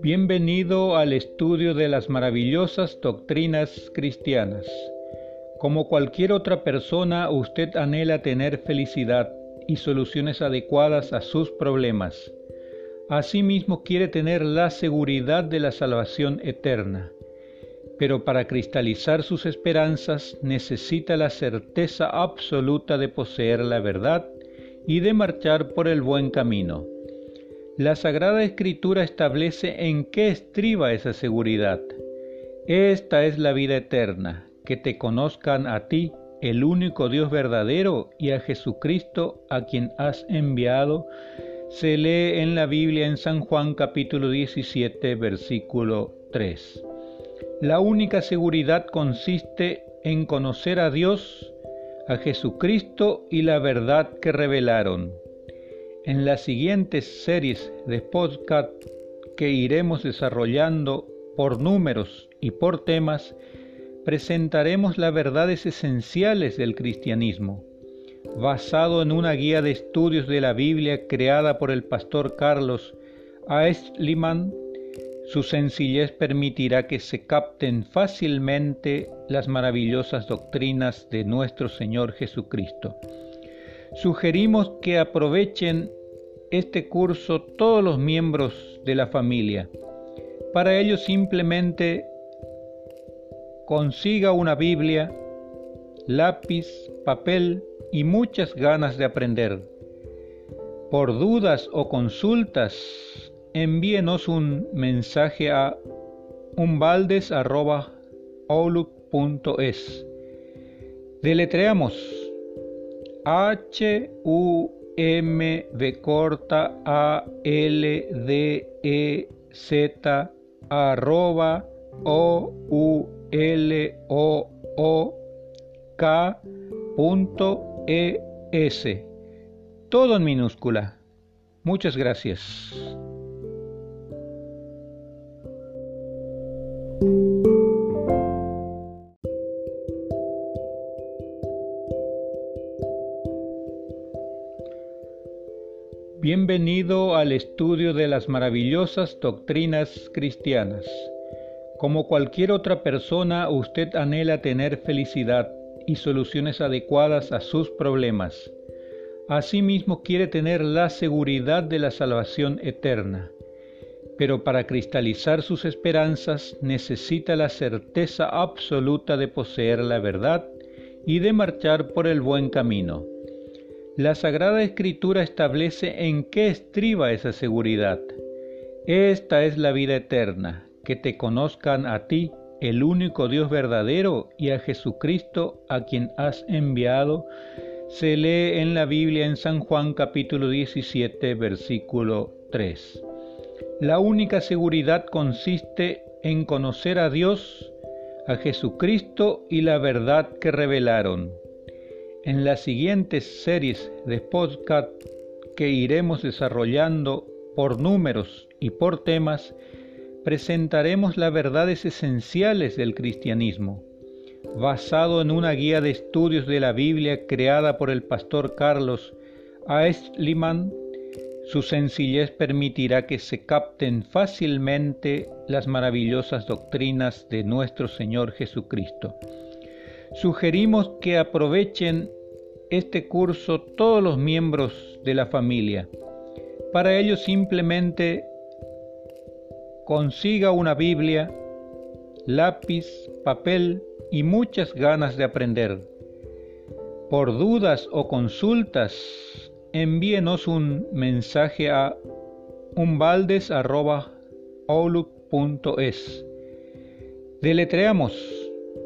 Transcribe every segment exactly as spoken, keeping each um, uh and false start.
Bienvenido al estudio de las maravillosas doctrinas cristianas. Como cualquier otra persona, usted anhela tener felicidad y soluciones adecuadas a sus problemas. Asimismo, quiere tener la seguridad de la salvación eterna. Pero para cristalizar sus esperanzas, necesita la certeza absoluta de poseer la verdad y de marchar por el buen camino. La Sagrada Escritura establece en qué estriba esa seguridad. Esta es la vida eterna, que te conozcan a ti, el único Dios verdadero, y a Jesucristo, a quien has enviado. Se lee en la Biblia en San Juan capítulo diecisiete, versículo tres. La única seguridad consiste en conocer a Dios, a Jesucristo y la verdad que revelaron. En las siguientes series de podcast que iremos desarrollando por números y por temas, presentaremos las verdades esenciales del cristianismo, basado en una guía de estudios de la Biblia creada por el pastor Carlos Aeschliman. Su sencillez permitirá que se capten fácilmente las maravillosas doctrinas de nuestro Señor Jesucristo. Sugerimos que aprovechen este curso todos los miembros de la familia. Para ello simplemente consiga una Biblia, lápiz, papel y muchas ganas de aprender. Por dudas o consultas, envíenos un mensaje a umbaldes arroba outlook punto es. Deletreamos H U M V corta A L D E Z arroba O U L O O K punto E S. Todo en minúscula. Muchas gracias. Bienvenido al estudio de las maravillosas doctrinas cristianas. Como cualquier otra persona, usted anhela tener felicidad y soluciones adecuadas a sus problemas. Asimismo, quiere tener la seguridad de la salvación eterna. Pero para cristalizar sus esperanzas, necesita la certeza absoluta de poseer la verdad y de marchar por el buen camino. La Sagrada Escritura establece en qué estriba esa seguridad. Esta es la vida eterna, que te conozcan a ti, el único Dios verdadero, y a Jesucristo, a quien has enviado. Se lee en la Biblia en San Juan capítulo diecisiete, versículo tres. La única seguridad consiste en conocer a Dios, a Jesucristo y la verdad que revelaron. En las siguientes series de podcast que iremos desarrollando por números y por temas, presentaremos las verdades esenciales del cristianismo, basado en una guía de estudios de la Biblia creada por el pastor Carlos Aeschliman. Su sencillez permitirá que se capten fácilmente las maravillosas doctrinas de nuestro Señor Jesucristo. Sugerimos que aprovechen este curso todos los miembros de la familia. Para ello simplemente consiga una Biblia, lápiz, papel y muchas ganas de aprender. Por dudas o consultas, envíenos un mensaje a umbaldes arroba outlook punto es. Deletreamos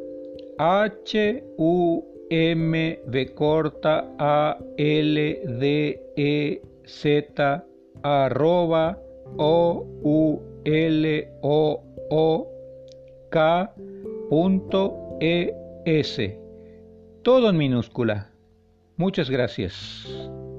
H U M V corta A L D E Z arroba O U L O O K punto E S. Todo en minúscula. Muchas gracias.